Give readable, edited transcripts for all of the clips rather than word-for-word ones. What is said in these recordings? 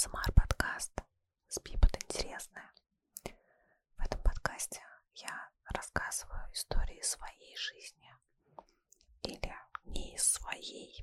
АСМР подкаст «Спи под интересное». В этом подкасте я рассказываю истории своей жизни или не из своей,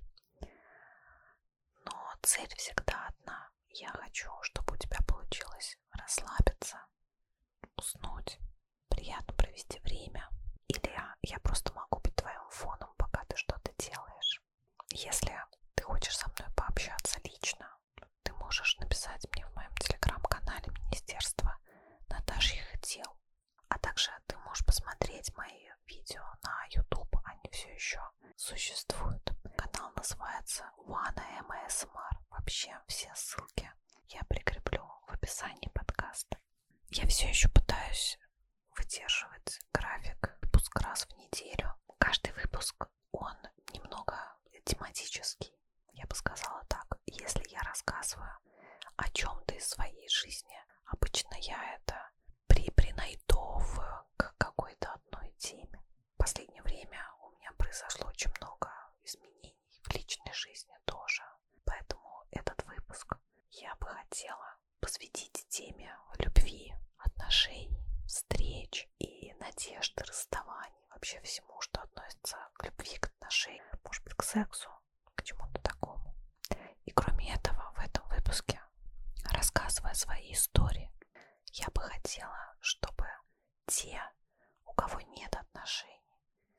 но цель всегда одна. Я хочу, чтобы у тебя получилось расслабиться, уснуть, приятно провести время, или я просто могу быть твоим фоном, пока ты что-то делаешь. Если ты хочешь со мной пообщаться лично, ты можешь написать мне в моем телеграм-канале Министерства Наташьих дел. А также ты можешь посмотреть мои видео на YouTube, они все еще существуют. Канал называется One ASMR. Вообще все ссылки я прикреплю в описании подкаста. Я все еще пытаюсь выдерживать график, выпуск раз в неделю. Каждый выпуск, он немного тематический, я бы сказала так. Если я рассказываю о чем-то из своей жизни, обычно я это принайдовываю к какой-то одной теме. В последнее время у меня произошло очень много изменений в личной жизни тоже, поэтому этот выпуск я бы хотела посвятить теме любви, отношений, встреч и надежды, расставаний, вообще всему, что относится к любви, к отношениям, может быть, к сексу, к чему-то такому. И кроме этого, в этом выпуске, рассказывая свои истории, я бы хотела, чтобы те, у кого нет отношений,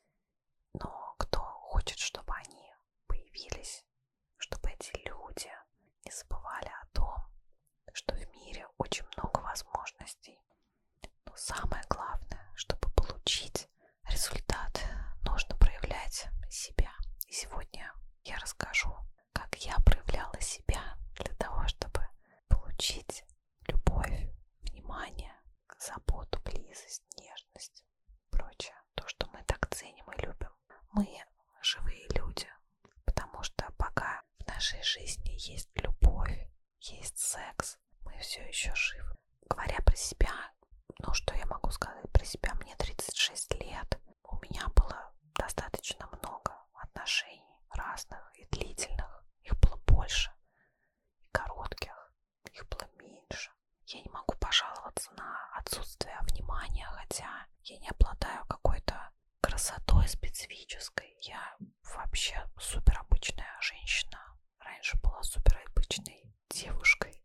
но кто хочет, чтобы они появились, чтобы эти люди не забывали о том, что в мире очень много возможностей. Но самое главное, чтобы получить результат, нужно проявлять себя. И сегодня я расскажу, как я проявляла себя для того, чтобы получить любовь, внимание, заботу, близость, нежность, прочее. То, что мы так ценим и любим. Мы живые люди, потому что пока в нашей жизни есть любовь, есть секс, мы все еще живы. Говоря про себя, что я могу сказать про себя? Мне 36 лет. У меня было достаточно много отношений разных и длительных. Их было больше. И коротких. Их было меньше. Я не могу пожаловаться на отсутствие внимания, хотя я не обладаю какой-то красотой специфической. Я вообще суперобычная женщина. Раньше была суперобычной девушкой.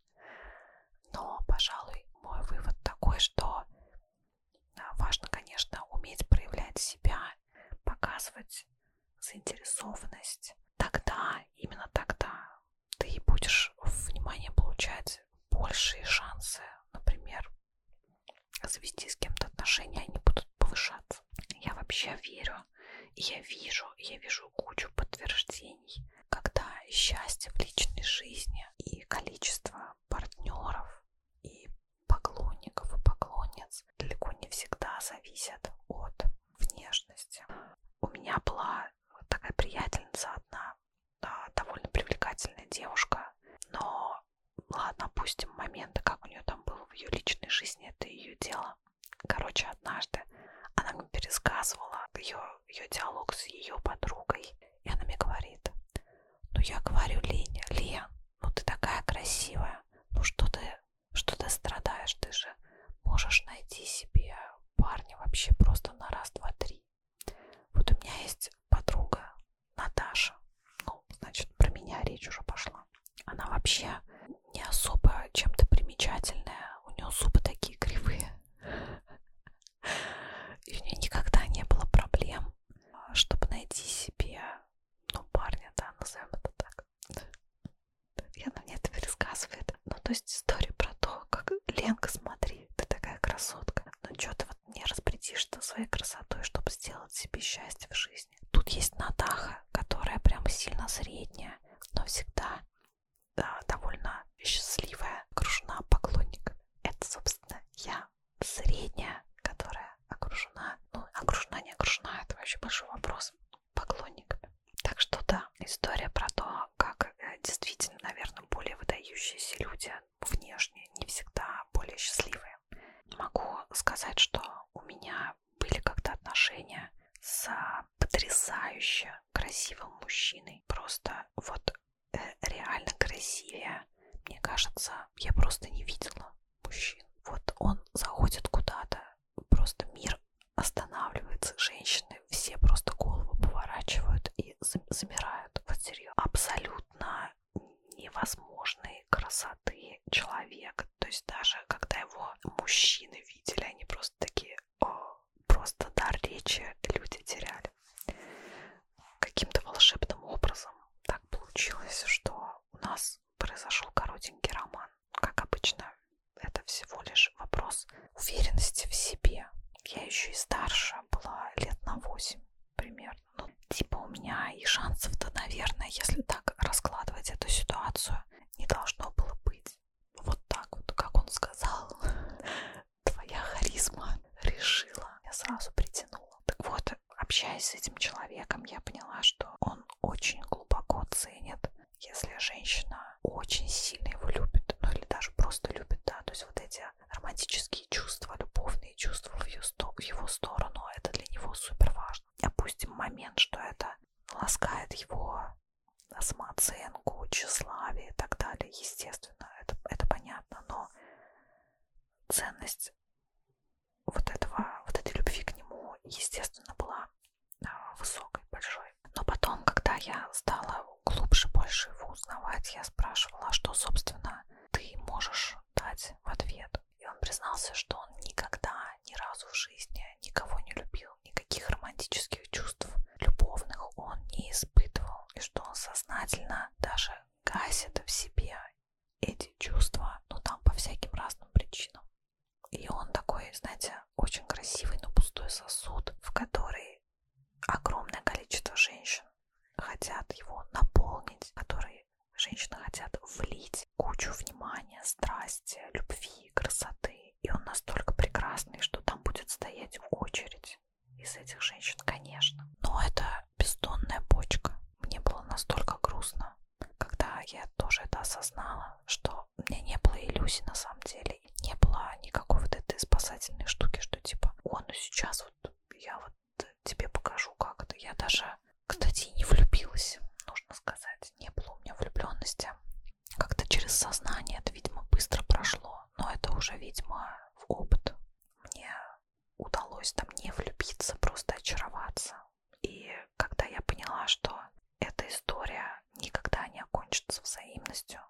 Но, пожалуй, мой вывод такой, что важно, конечно, уметь проявлять себя, показывать заинтересованность. Тогда, именно тогда, ты будешь внимание получать большие шансы, например, завести с кем-то отношения, они будут повышаться. Я вообще верю, и я вижу кучу подтверждений, когда счастье в личной жизни и количество партнеров и поклонников и поклонниц далеко не всегда зависят от внешности. У меня была такая приятельница одна, довольно привлекательная девушка, но ладно, опустим моменты, как у нее там было в ее личной жизни, это ее дело. Короче, однажды она мне пересказывала ее диалог с ее подругой, и она мне говорит: ну я говорю Лене, Лен, ну ты такая красивая, ну что ты страдаешь, ты же можешь найти себе парня вообще просто на раз, два, три. Вот у меня есть подруга Наташа, ну, значит, про меня речь уже пошла. Она вообще не особо чем-то примечательная, у нее зубы такие кривые. И у нее никогда не было проблем, чтобы найти себе, ну, парня, да, назовем это так. И она мне это пересказывает. Ну, то есть история про то, как Ленка, смотри, ты такая красотка. Ну, что ты вот не распорядишься своей красотой, чтобы сделать себе счастье в жизни. Тут есть Натаха, которая прям сильно средняя, но всегда довольно счастливая, окружена поклонниками. Это, собственно, я средняя, которая окружена, ну, окружена, не окружена, это вообще большой вопрос, поклонниками. Так что да, история про то, как действительно, наверное, более выдающиеся люди внешне не всегда более счастливые. Могу сказать, что у меня были как-то отношения с потрясающе красивым мужчиной. Просто вот реально красивее. мне кажется, я просто не видела мужчин. Вот он заходит куда-то, просто мир останавливается, женщины все просто голову поворачивают и замирают. Вот серьезно. Абсолютно невозможной красоты человек. То есть даже когда его мужчины видели, они просто такие, просто дар речи люди теряли. Каким-то волшебным образом так получилось, что у нас произошел коротенький роман. Как обычно, это всего лишь вопрос уверенности в себе. Я еще и старше была, лет на 8 примерно. Ну, типа у меня и шансов-то, наверное, если так раскладывать эту ситуацию, не должно было быть. Вот так вот, как он сказал, твоя харизма решила. Я сразу притянула. Так вот, общаясь с этим человеком, я поняла, что он очень глубоко ценит, если женщина очень сильно его любит, ну или даже просто любит, да, то есть вот эти романтические чувства, любовные чувства в его сторону, это для него супер важно. Опустим момент, что это ласкает его самооценку, тщеславие и так далее, естественно, это понятно, но ценность вот этой любви к нему, естественно, была высокой, большой. Но потом, когда я стала глубже, больше его узнавать, я спрашивала, а что, собственно, ты можешь дать в ответ? И он признался, что он никогда, ни разу в жизни никого не любил, никаких романтических чувств любовных он не испытывал, и что он сознательно даже гасит в себе эти чувства, ну там по всяким разным причинам. И он такой, знаете, очень красивый, но пустой сосуд, в который огромное количество женщин хотят его наполнить, в который женщины хотят влить кучу внимания, страсти, любви, красоты. И он настолько прекрасный, что там будет стоять очередь из этих женщин, конечно. Но это бездонная бочка. Мне было настолько грустно, когда я тоже это осознала, что у меня не было иллюзий на самом деле. Не было никакой вот этой спасательной штуки, что типа, ну сейчас вот я вот тебе покажу, как это. Я даже, кстати, не влюбилась, нужно сказать. Не было у меня влюбленности. Как-то через сознание это, видимо, быстро прошло. Но это уже, видимо, в опыт. Мне удалось там не влюбиться, просто очароваться. И когда я поняла, что эта история никогда не окончится взаимностью,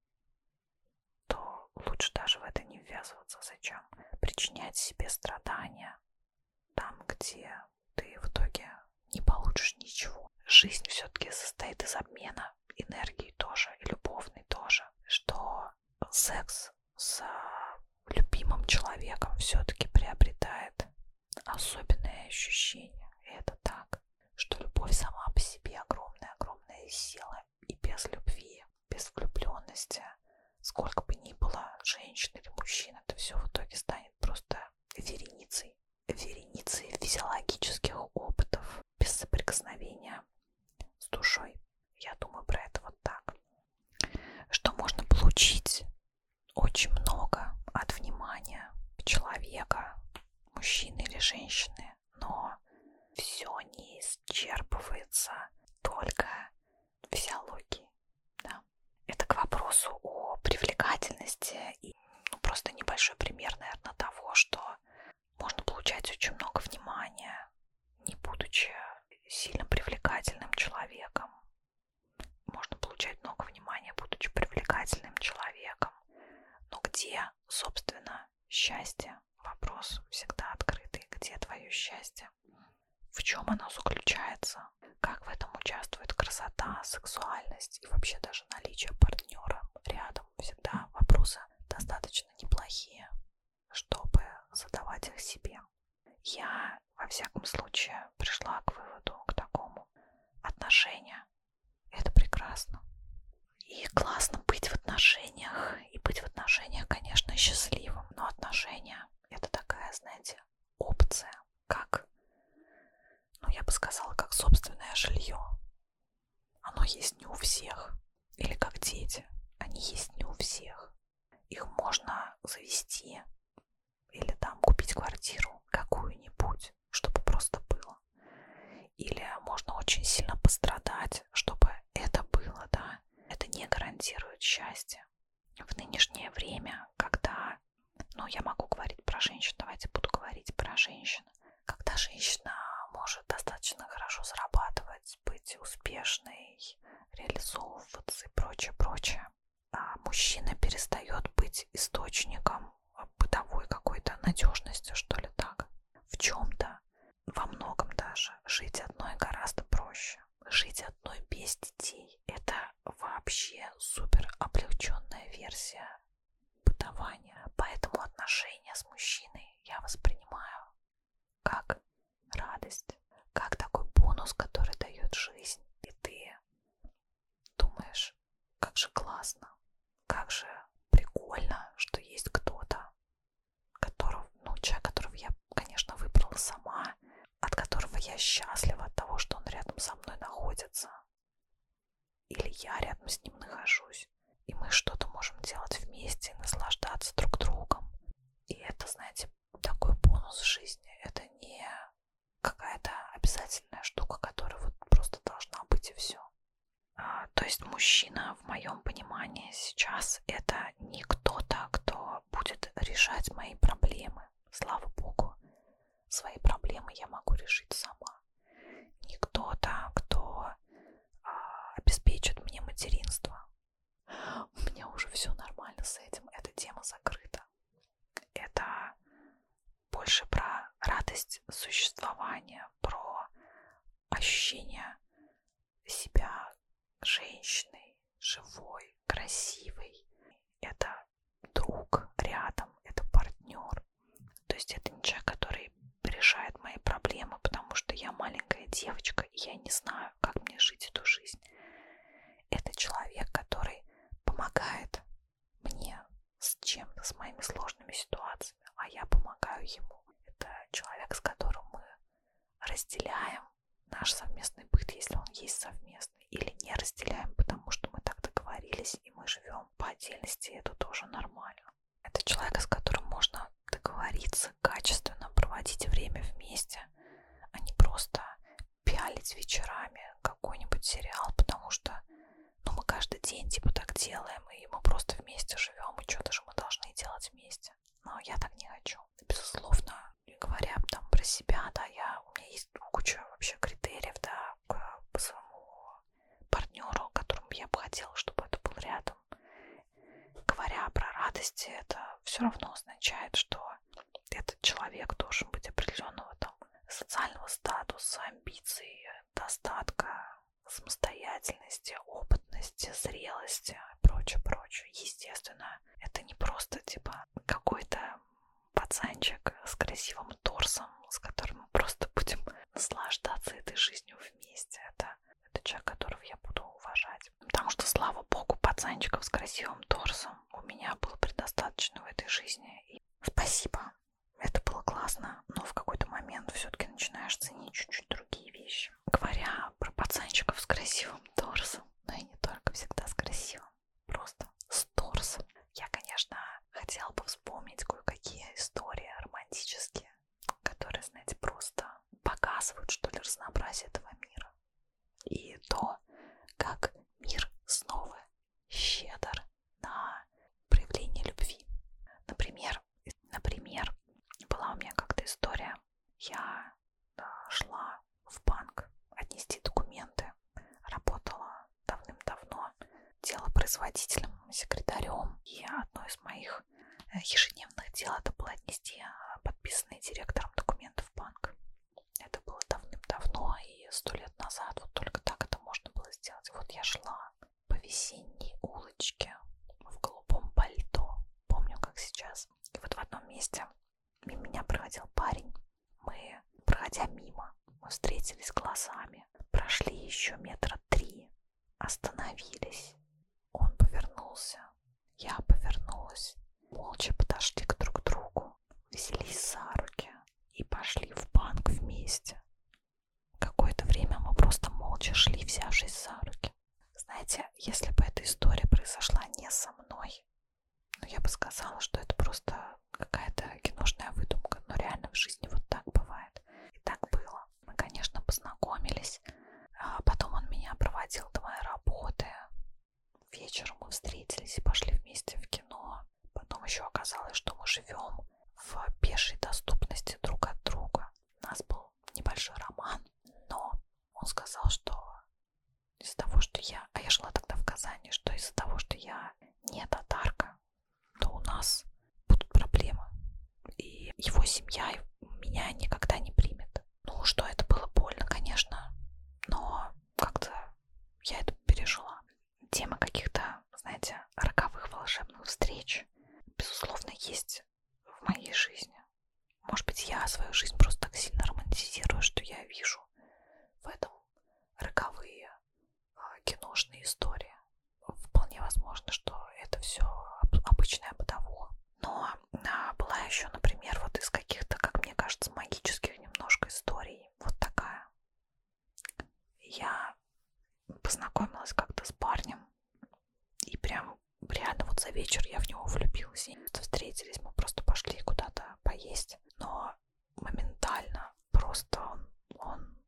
то лучше даже в это не ввязываться. Зачем причинять себе страдания там, где ты в итоге не получишь ничего. Жизнь все-таки состоит из обмена энергии тоже, и любовной тоже. Что секс с любимым человеком все-таки приобретает особенные ощущения. И это так, что любовь сама по себе огромная сила. И без любви, без влюбленности, сколько бы ни было женщин или мужчин, это все в итоге станет просто вереницей физиологических опытов без соприкосновения с душой. Я думаю про это вот так. Что можно получить очень много от внимания человека, мужчины или женщины, но все не исчерпывается только физиологией. Да? Это к вопросу о привлекательности и просто небольшой пример, наверное, того, что можно получать очень много внимания, не будучи сильно привлекательным человеком. Можно получать много внимания, будучи привлекательным человеком. Но где, собственно, счастье? Вопрос всегда открытый. Где твое счастье? В чем оно заключается? Как в этом участвует красота, сексуальность и вообще даже наличие партнера рядом? Всегда вопросы достаточно неплохие, чтобы задавать их себе. Я, во всяком случае, пришла к выводу, к такому. Отношения – это прекрасно. И классно быть в отношениях. И быть в отношениях, конечно, счастливым. Но отношения – это такая, знаете, опция. Как, я бы сказала, как собственное жилье. Оно есть не у всех. Или как дети. Они есть не у всех. Их можно завести или там купить квартиру какую-нибудь, чтобы просто было. Или можно очень сильно пострадать, чтобы это было, да. Это не гарантирует счастье. в нынешнее время, когда, ну, я могу говорить про женщин, давайте буду говорить про женщин, когда женщина может достаточно хорошо зарабатывать, быть успешной, реализовываться и прочее, прочее, а мужчина перестает быть источником бытовой какой-то надежности, что ли, так. В чем-то, во многом даже, жить одной гораздо проще. Жить одной без детей — это вообще супер облегченная версия бытования. Поэтому отношения с мужчиной я воспринимаю как радость, как такой бонус, который дает жизнь. И ты думаешь, как же классно, как же прикольно, что есть кто-то, которого, ну, человек, которого я, конечно, выбрала сама, от которого я счастлива от того, что он рядом со мной находится. Или я рядом с ним нахожусь. И мы что-то можем делать вместе, наслаждаться друг другом. И это, знаете, такой бонус жизни. Это не какая-то обязательная штука, которая вот просто должна быть и все. То есть мужчина, в моем понимании, сейчас это не кто-то, кто будет решать мои проблемы. Слава богу, свои проблемы я могу решить сама. Не кто-то, кто обеспечит мне материнство. У меня уже все нормально с этим, эта тема закрыта. Это больше про радость существования, про ощущение себя женщиной, живой, красивой. Это друг рядом, это партнер. То есть это не человек, который решает мои проблемы, потому что я маленькая девочка, и я не знаю, как мне жить эту жизнь. Это человек, который помогает мне с чем-то, с моими сложными ситуациями, а я помогаю ему. Это человек, с которым мы разделяем наш совместный быт, если он есть совместный, или не разделяем, потому что мы так договорились, и мы живем по отдельности, и это тоже нормально. Это человек, с которым можно договориться, качественно проводить время вместе, а не просто пялить вечерами какой-нибудь сериал, потому что, ну, мы каждый день типа так делаем, и мы просто вместе живем, и что-то же мы должны делать вместе. Но я так не хочу. Безусловно, говоря там про себя, да, у меня есть куча вообще критериев, да, по своему партнеру, которому я бы хотела, чтобы это был рядом. Говоря про радости, это все равно означает, что этот человек должен быть определенного там социального статуса, амбиций, достатка, самостоятельности, опытности, зрелости и прочее, прочее. Естественно, это не просто типа какой-то пацанчик с красивым торсом, с которым мы просто будем наслаждаться этой жизнью вместе. Это человек, которого я буду уважать. Потому что, слава богу, пацанчиков с красивым торсом у меня было предостаточно в этой жизни. И спасибо. Это было классно, но в какой-то момент все-таки начинаешь ценить чуть-чуть другие вещи. Говоря про пацанчиков с красивым торсом, но и не только всегда с красивым, просто с торсом, я, конечно, хотела бы вспомнить кое-какие истории романтические, которые, знаете, просто показывают, что ли, разнообразие этого мира. И то, как мир снова щедр на проявление любви. Например, была у меня как-то история. Я шла в банк отнести документы, работала давным-давно делопроизводителем, секретарем, и одно из моих ежедневных дел это было отнести подписанные директором документы в банк. Это было давным-давно, и 100 лет назад вот только так это можно было сделать. Вот я шла по весенней улочке в голубом пальто, помню как сейчас. И вот в одном месте мимо меня проходил парень. Мы, проходя мимо, мы встретились глазами, прошли еще метра 3, остановились. Он повернулся, я повернулась, молча подошли друг к другу, взялись за руки и пошли в банк вместе. Какое-то время мы просто молча шли, взявшись за руки. Знаете, если бы эта история произошла не со мной, ну, я бы сказала, что это просто какая-то киношная выдумка, но реально в жизни вот так бывает. И так было. Мы, конечно, познакомились, а потом он меня проводил до моей работы. Вечером мы встретились и пошли вместе в кино. предсказание, что из-за того, что я не татарка, то у нас будут проблемы. И его семья меня никогда не примет. Ну, что это было больно, конечно, но как-то я это пережила. Тема каких-то, знаете, роковых волшебных встреч, безусловно, есть в моей жизни. Может быть, я свою жизнь просто так сильно романтизирую, что я вижу в этом роковые киношные истории. Вполне возможно, что это все обычная бытовуха. Но была еще, например, вот из каких-то, как мне кажется, магических немножко историй. Вот такая. Я познакомилась как-то с парнем, и прям реально вот за вечер я в него влюбилась. И встретились, мы просто пошли куда-то поесть. Но моментально просто он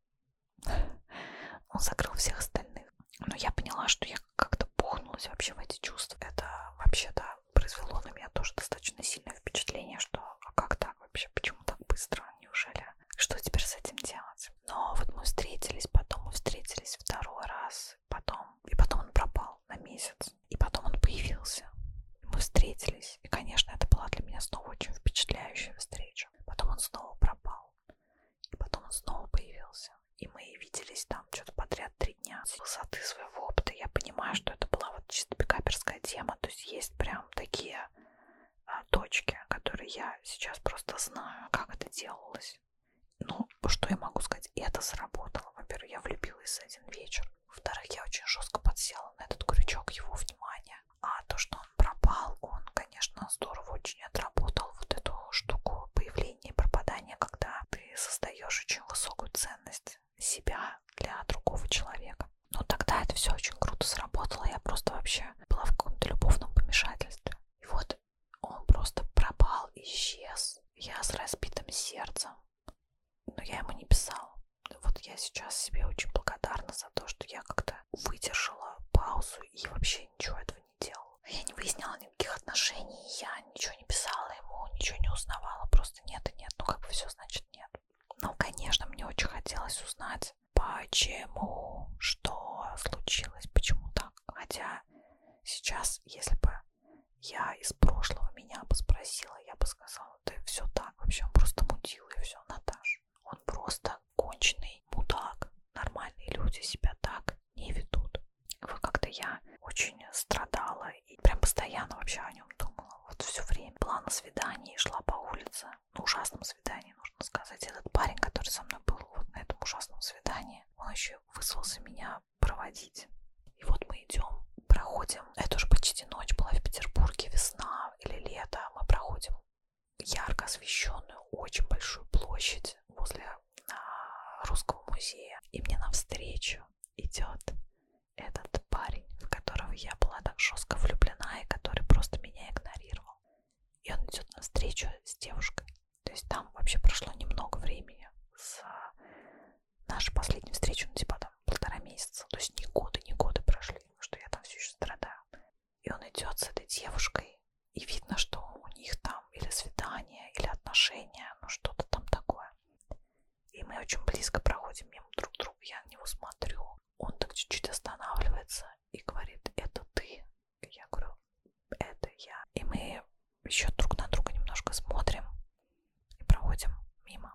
закрыл всех остальных. Но я поняла, что я как-то бухнулась вообще в эти чувства. Это вообще-то произвело на меня тоже достаточно сильное впечатление, что а как так вообще, почему так быстро, неужели? Что теперь с этим делать? Но вот мы встретились, потом мы встретились второй раз, и потом он пропал на месяц, и потом он появился. Мы встретились, и, конечно, это была для меня снова очень впечатляющая встреча. Потом он снова пропал, и потом он снова появился. И мы виделись там что-то подряд 3 дня. С высоты своего опыта я понимаю, что это была вот чисто пикаперская тема. То есть есть прям такие точки, которые я сейчас просто знаю, как это делалось. Ну, что я могу сказать? Это сработало. Во-первых, я влюбилась за один вечер. Во-вторых, я очень жестко подсела на этот крючок его внимания. А то, что он пропал, он, конечно, здорово очень отработал вот эту штуку появления и пропадания, когда ты создаешь очень высокую ценность себя для другого человека. Но тогда это все очень круто сработало. Я просто вообще была в каком-то любовном помешательстве. И вот он просто пропал, исчез. Я с разбитым сердцем. Но я ему не писала. Вот я сейчас себе очень благодарна за то, что я как-то выдержала паузу и вообще ничего этого не делала. Я не выясняла никаких отношений, я ничего не писала ему, ничего не узнавала, просто нет и нет. Ну как бы все значит нет. Но, конечно, мне очень хотелось узнать, почему, что случилось, почему так. Хотя сейчас, если бы я из прошлого меня бы спросила, я бы сказала, да все так, вообще он просто мудил и все, Наташ. Он просто конченый мудак. Нормальные люди себя так не ведут. Вот как-то я очень страдала и прям постоянно вообще о нем думала. Вот все время была на свидании, шла по улице. На ужасном свидании, нужно сказать. Этот парень, который со мной был вот на этом ужасном свидании, он еще вызвался меня проводить. И вот мы идем, проходим. Это уже почти ночь была в Петербурге, весна или лето. Мы проходим ярко освещенную, очень большую площадь возле Русского музея. И мне навстречу идет этот парень, в которого я была так жестко влюблена и который просто меня игнорировал. И он идет навстречу с девушкой. То есть там вообще прошло немного времени с нашей последней встречи, ну типа там 1,5 месяца. То есть не годы прошли, что я там все еще страдаю. И он идет с этой девушкой, и видно, что у них там или свидание, или отношения, ну что-то там такое. И мы очень близко проходим мимо друг друга, я на него смотрю. Он так чуть-чуть останавливается и говорит, это ты? Я говорю, это я. И мы еще друг на друга немножко смотрим и проходим мимо.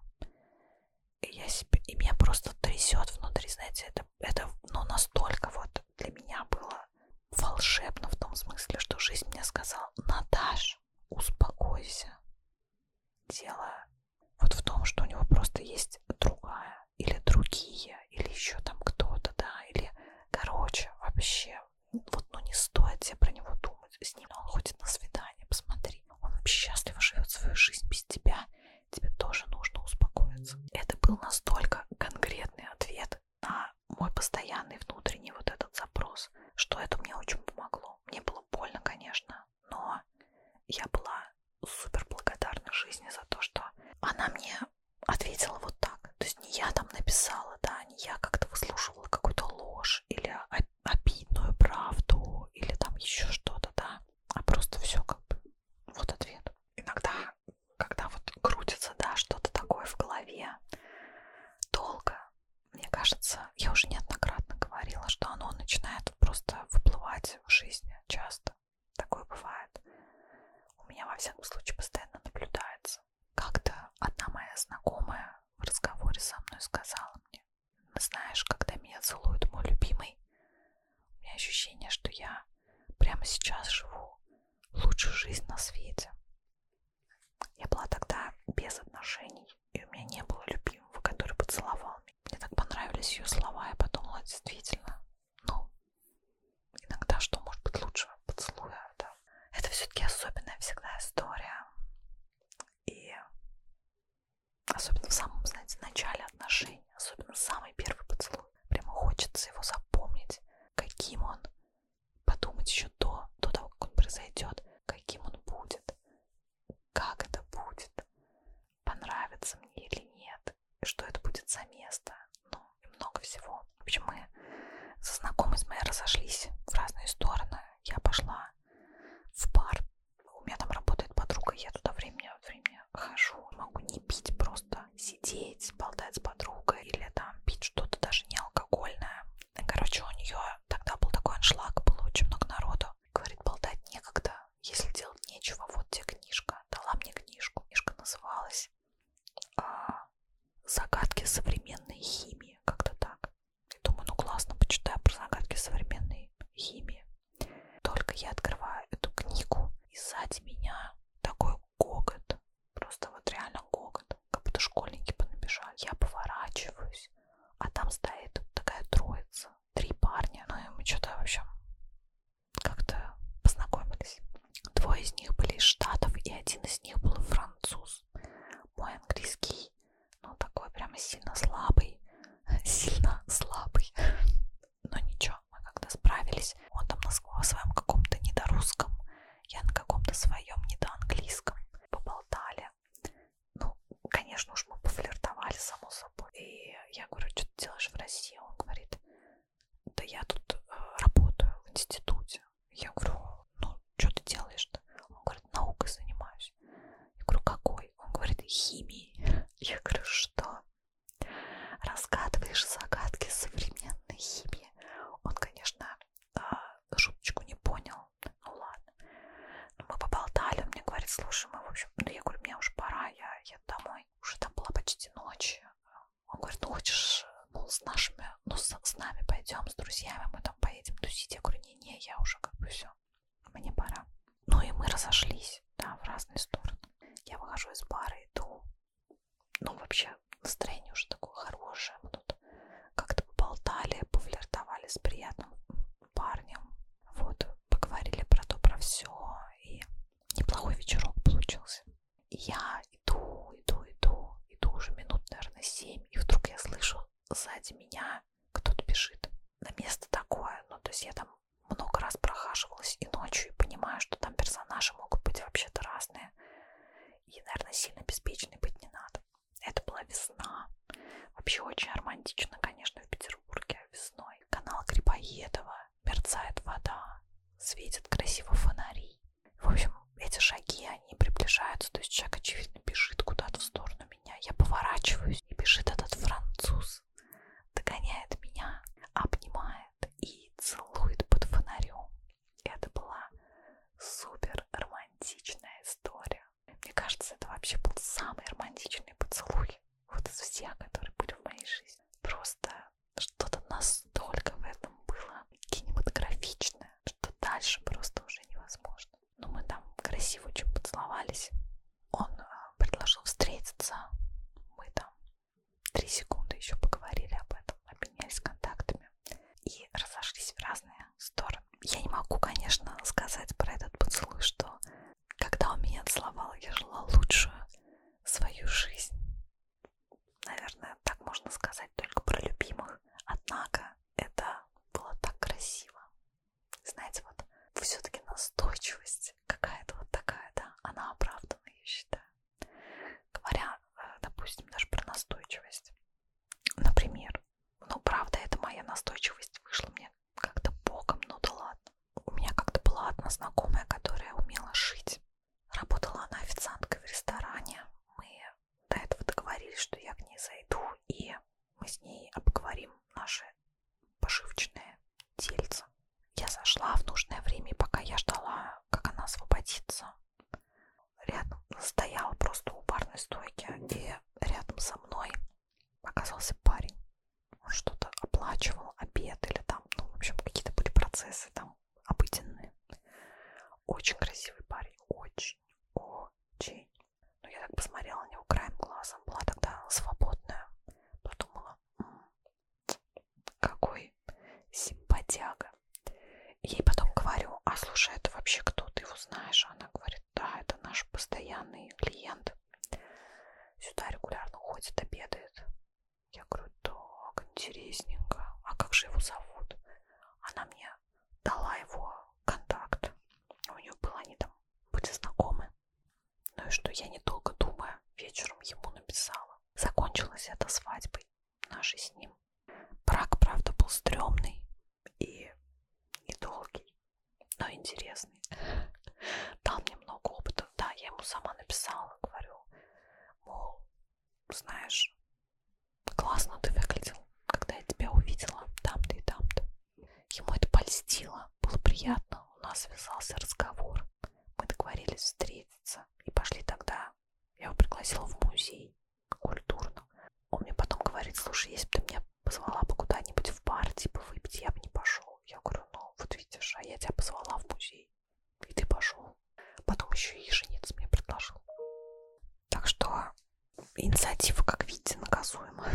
И меня просто трясет внутри, знаете, это ну, настолько вот для меня было волшебно в том смысле, что жизнь мне сказала, Наташ, успокойся. Дело вот в том, что у него просто есть другая, или другие, или еще там кто-то, да, или, короче, вообще, вот, ну, не стоит тебе про него думать, с ним он ходит на свидание, посмотри, он вообще счастливо живет свою жизнь без тебя, тебе тоже нужно успокоиться. Это был настолько конкретный ответ на мой постоянный внутренний вот этот запрос, что это мне очень помогло. Мне было больно, конечно, но я была супер благодарна жизни за то, что она мне ответила вот так. То есть не я там написала, да, не я как-то выслушивала какую-то ложь или обидную правду или там еще что-то, да, а просто все как бы вот ответ. Иногда, когда вот крутится, да, что-то такое в голове долго, мне кажется, я уже неоднократно говорила, что оно начинает просто выплывать что я прямо сейчас живу лучшую жизнь на свете. Я была тогда без отношений, и у меня не было любимого, который поцеловал меня. Мне так понравились ее слова, я подумала, действительно, ну, иногда что может быть лучше поцелуя, да? Это все-таки особенная всегда история. И особенно в самом, знаете, начале отношений, особенно самый первый поцелуй. Прямо хочется его запомнить, каким он, подумать еще до того, как он произойдет, каким он будет, как это будет, понравится мне или нет, и что это будет за место, ну, и много всего. В общем, мы со знакомой с моей разошлись в разные стороны. Я пошла в бар. У меня там работает подруга, я туда время от времени хожу. Могу не пить, просто сидеть, болтать с подругой или там пить что-то даже не алкогольное. Короче, у нее тогда был такой аншлаг, было очень много народу. Говорит, болтать некогда, если делать нечего, вот тебе книжка. Дала мне книжку. Книжка называлась «Загадки современной химии», как-то так. И думаю, ну классно, почитаю про загадки современной химии. Только я открываю эту книгу, и сзади меня такой гогот. Просто вот реально гогот. Как будто школьники понабежали. Я поворачиваюсь, а там стоит такая троица. 3 парня. Ну и мы что-то, в общем, как-то познакомились. 2 из них были из Штатов, и 1 из них был француз. Мой английский, ну такой прямо сильно слабый. Сильно слабый. Но ничего, мы как-то справились. Он там на своем каком-то недорусском, я на каком-то своем недоанглийском. Поболтали. Ну, конечно уж мы пофлиртовали, само собой. И я говорю, что ты делаешь в России? Он говорит, да я тут работаю в институте. Я говорю, ну, что ты делаешь-то? Он говорит, наукой занимаюсь. Я говорю, какой? Он говорит, химией. Я говорю, что? Разгадываешь загадки современной химии. Он, конечно, шуточку не понял. Ну ладно. Но мы поболтали, он мне говорит, слушай, мы, в общем, ну я говорю, мне уже пора, я еду домой. Уже там была почти ночь. Он говорит, ну хочешь, мол, с нашими, ну с нами пойдем, с друзьями, мы там поедем тусить. Я говорю, не-не, я уже как бы все, мне пора. Ну и мы разошлись, да, в разные стороны. Я выхожу из бара, иду. Ну вообще настроение уже такое хорошее. Мы тут как-то поболтали, пофлиртовали с приятным парнем. Вот, поговорили про то, про все. И неплохой вечерок получился. И я иду уже минут, наверное, 7. И вдруг я слышу сзади меня кто-то бежит. На место такое. Ну, то есть я там много раз прохаживалась и ночью, и понимаю, что там персонажи могут быть вообще-то разные. И, наверное, сильно беспечной быть не надо. Это была весна. Вообще очень романтично, конечно, в Петербурге весной. Канал Грибоедова, мерцает вода, светят красиво фонари. В общем, эти шаги, они приближаются, то есть человек, очевидно, бежит куда-то в сторону меня. Я поворачиваюсь, и бежит этот француз, догоняет меня, обнимает и целует под фонарем. Это была супер романтичная история. Мне кажется, это вообще был самый романтичный поцелуй вот из всех, которые были в моей жизни. Просто что-то настолько в этом было кинематографичное, что дальше просто уже невозможно. Но мы там красиво очень поцеловались. Он предложил встретиться. Мы там 3 секунды еще поговорили об этом, обменялись контактами и разошлись в разные стороны. Я не могу, конечно, сказать про этот поцелуй, что когда он меня целовал, я жила лучшую свою жизнь. Наверное, так можно сказать только про любимых. Однако это было так красиво. Знаете, вот все-таки настойчивость какая-то вот такая, да, она оправдана, я считаю. Говоря, допустим, даже про настойчивость. Например, ну, правда, это моя настойчивость вышла мне как-то боком, ну да ладно. У меня как-то была одна знакомая, которая умела шить. Работала она официанткой в ресторане. Мы до этого договорились, что я к ней зайду, и мы с ней обговорим наши пошивочные дельца. Я зашла в нужное время, и пока я ждала, как она освободится, рядом стояла просто у барной стойки, и рядом со мной оказался парень. Он что-то оплачивал, обед или там, ну, в общем, какие-то были процессы там обыденные. Очень красивый парень, очень. Но я так посмотрела на него краем глаза, была тогда свободная, подумала, какой симпатяга. Ей потом говорю, а слушай, это вообще кто, ты его знаешь? Она говорит, да, это наш постоянный клиент, сюда регулярно ходит, обедает. Я говорю, так, интересненько, а как же его зовут? Она мне дала его контакт, у нее было, они там были знакомы. Ну и что, я недолго думая, вечером ему написала. Закончилась это свадьбой нашей с ним. Брак, правда, был стрёмный и недолгий, но интересный. Дал мне много опыта. Да, я ему сама написала, говорю, мол, знаешь, классно ты выглядел, когда я тебя увидела там-то и там-то. Ему это польстило, было приятно, у нас связался разговор. Мы договорились встретиться и пошли тогда. Я его пригласила в музей культурно. Он мне потом говорит, слушай, если бы ты меня позвала бы куда-нибудь в бар, типа выпить, я бы не пошел. Я говорю, ну вот видишь, а я тебя позвала в музей, и ты пошел. Потом еще и жениться мне предложил. Так что инициатива, как видите, наказуема.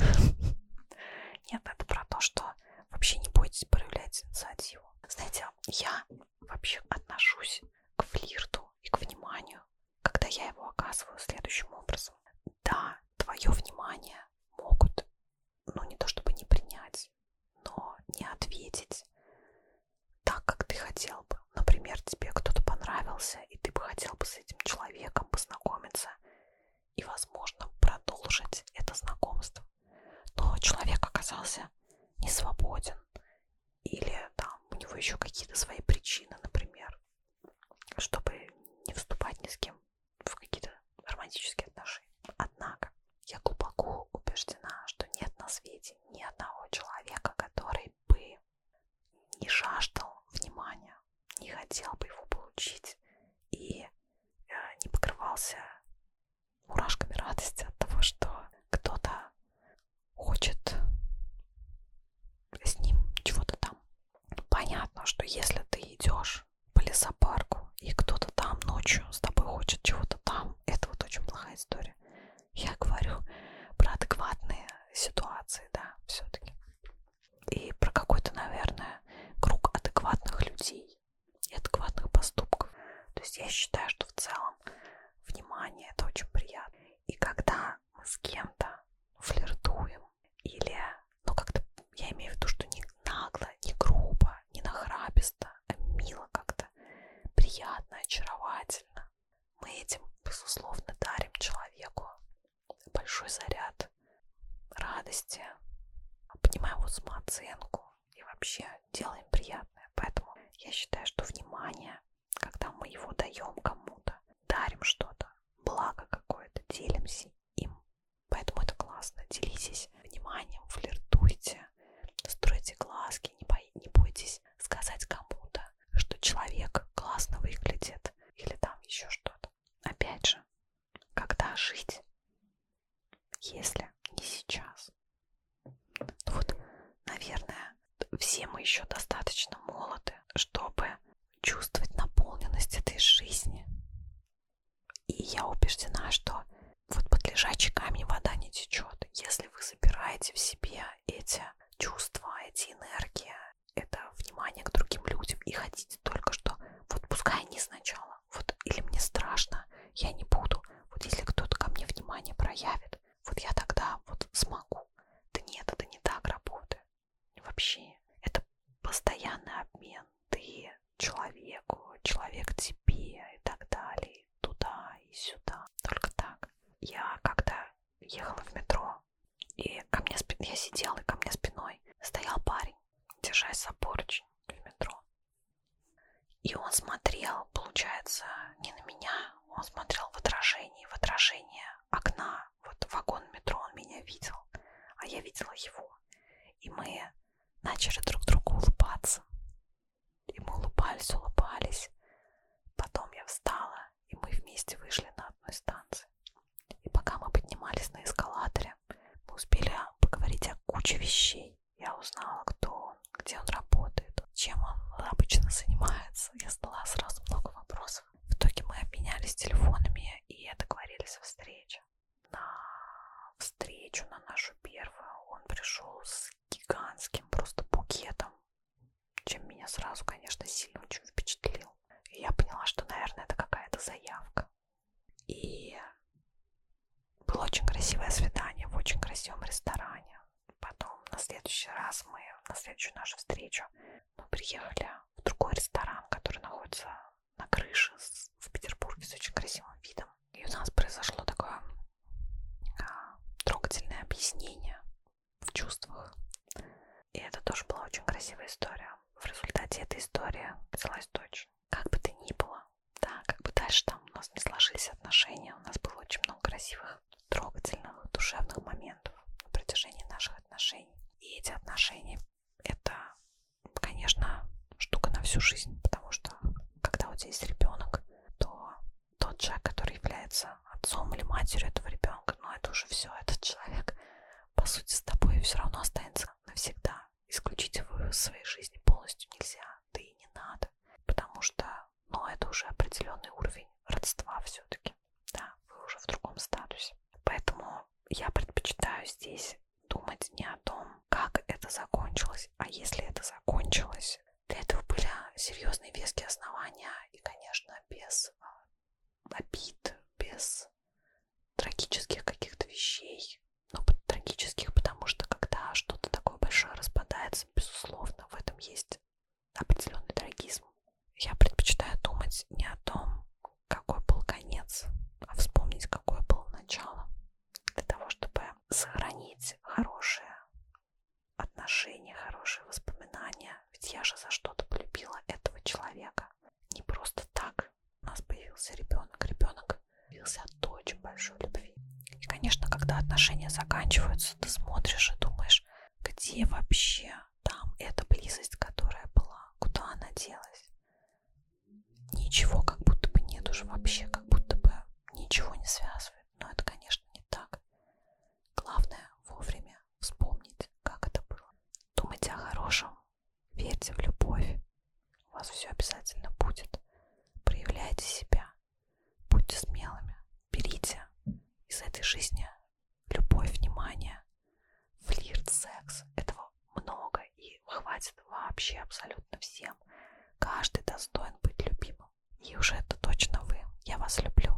Нет, это про то, что вообще не бойтесь проявлять инициативу. Знаете, я вообще отношусь к флирту и к вниманию, когда я его оказываю следующим образом. Да, твое внимание могут, ну не то чтобы не принять, но не ответить так, как ты хотел бы. Например, тебе кто-то понравился, и ты бы хотел бы с этим человеком познакомиться и, возможно, продолжить это знакомство. Но человек оказался не свободен, или там у него еще какие-то свои причины, например, чтобы не вступать ни с кем в какие-то романтические отношения. Однако я глубоко убеждена, что нет на свете ни одного человека, который бы не жаждал внимания, не хотел бы его получить и не покрывался мурашками радости от того, что кто-то хочет с ним чего-то там. Понятно, что если ты идешь по лесопарку и кто-то там ночью с тобой хочет чего-то там, это вот очень плохая история. Я говорю про адекватные ситуации, да, все-таки. И про какой-то, наверное, круг адекватных людей и адекватных поступков. То есть я считаю, что в целом внимание — это очень приятно. И когда мы с кем-то флиртуем или, ну как-то, я имею в виду, что не нагло, не грубо, не нахраписто, а мило как-то, приятно, очаровательно, мы этим, безусловно, дарим человеку большой заряд радости, поднимаем его самооценку и вообще делаем приятное. Поэтому я считаю, что внимание, когда мы его даем кому-то, дарим что-то, благо какое-то, делимся им. Поэтому это классно. Делитесь вниманием, флиртуйте, стройте глазки, не бойтесь сказать кому-то, что человек классно выглядит или там еще что-то. Опять же, когда жить, если не сейчас? Вот, наверное, все мы еще достаточно молоды, чтобы чувствовать наполненность этой жизни. И я убеждена, что вот под лежачий камень вода не течет. Если вы забираете в себе эти чувства, эти энергии, это внимание к другим людям и хотите только что, вот пускай они сначала, вот или мне страшно, я не буду, вот если кто-то ко мне внимание проявит, вот я тогда вот смогу. Да нет, это не так работает. Вообще, это постоянный обмен. Ты человеку, человек тебе и так далее, туда и сюда. Только так. Я когда ехала в метро, и ко мне я сидела, и ко мне спиной стоял парень, держась за поручень в метро. И он смотрел, получается, не на меня, он смотрел в отражение окна. Вот вагон метро, он меня видел, а я видела его. И мы начали друг другу улыбаться. И мы улыбались. Потом я встала, и мы вместе вышли на одной станции. И пока мы поднимались на эскалаторе, мы успели поговорить о куче вещей. Я узнала, кто он, где он работает, чем он обычно обычно занимается. Я задала сразу много вопросов. В итоге мы обменялись телефонами и договорились о встрече. На встречу, на нашу первую, он пришел с гигантским просто букетом, чем меня сразу, конечно, сильно очень впечатлил. И я поняла, что, наверное, это какая-то заявка. И было очень красивое свидание в очень красивом ресторане. Потом на следующий раз на следующую нашу встречу мы приехали в другой ресторан, который находится на крыше в Петербурге с очень красивым видом. И у нас произошло такое трогательное объяснение в чувствах. И это тоже была очень красивая история. В результате этой истории родилась дочь. Как бы то ни было, да, как бы дальше там у нас не сложились отношения, у нас было очень много красивых, трогательных, душевных моментов на протяжении наших отношений. И эти отношения — это, конечно, штука на всю жизнь, потому что когда у тебя есть ребенок, то тот человек, который является отцом или матерью этого ребенка, ну это уже все, этот человек, по сути, с тобой все равно останется навсегда. Исключить его из своей жизни полностью нельзя, да и не надо, потому что, ну, это уже определенный уровень родства все-таки, да, вы уже в другом статусе. Поэтому я предпочитаю здесь думать не о том, как это закончилось, а если это закончилось, для этого были серьезные веские основания и, конечно, без обид, без трагических каких-то вещей. Ну, трагических, потому что когда что-то такое большое распадается, безусловно, в этом есть определенный трагизм. Я предпочитаю думать не о том, какой был конец, а вспомнить, какое было начало. Для того, чтобы сохранить хорошие отношения, хорошие воспоминания. Ведь я же за что-то полюбила этого человека. Не просто так у нас появился ребенок. Ребенок появился от очень большой любви. И, конечно, когда отношения заканчиваются, ты смотришь и думаешь, где вообще там эта близость, которая была, куда она делась? Ничего как будто бы нет уже вообще, как будто бы ничего не связывает. Но это, конечно, не так. Главное вовремя вспомнить, как это было. Думайте о хорошем, верьте в любовь. У вас все обязательно будет. Проявляйте себя, будьте смелыми, берите из этой жизни любовь, внимание, флирт, секс. Этого много и хватит вообще абсолютно всем. Каждый достоин быть любимым. И уже это точно вы. Я вас люблю.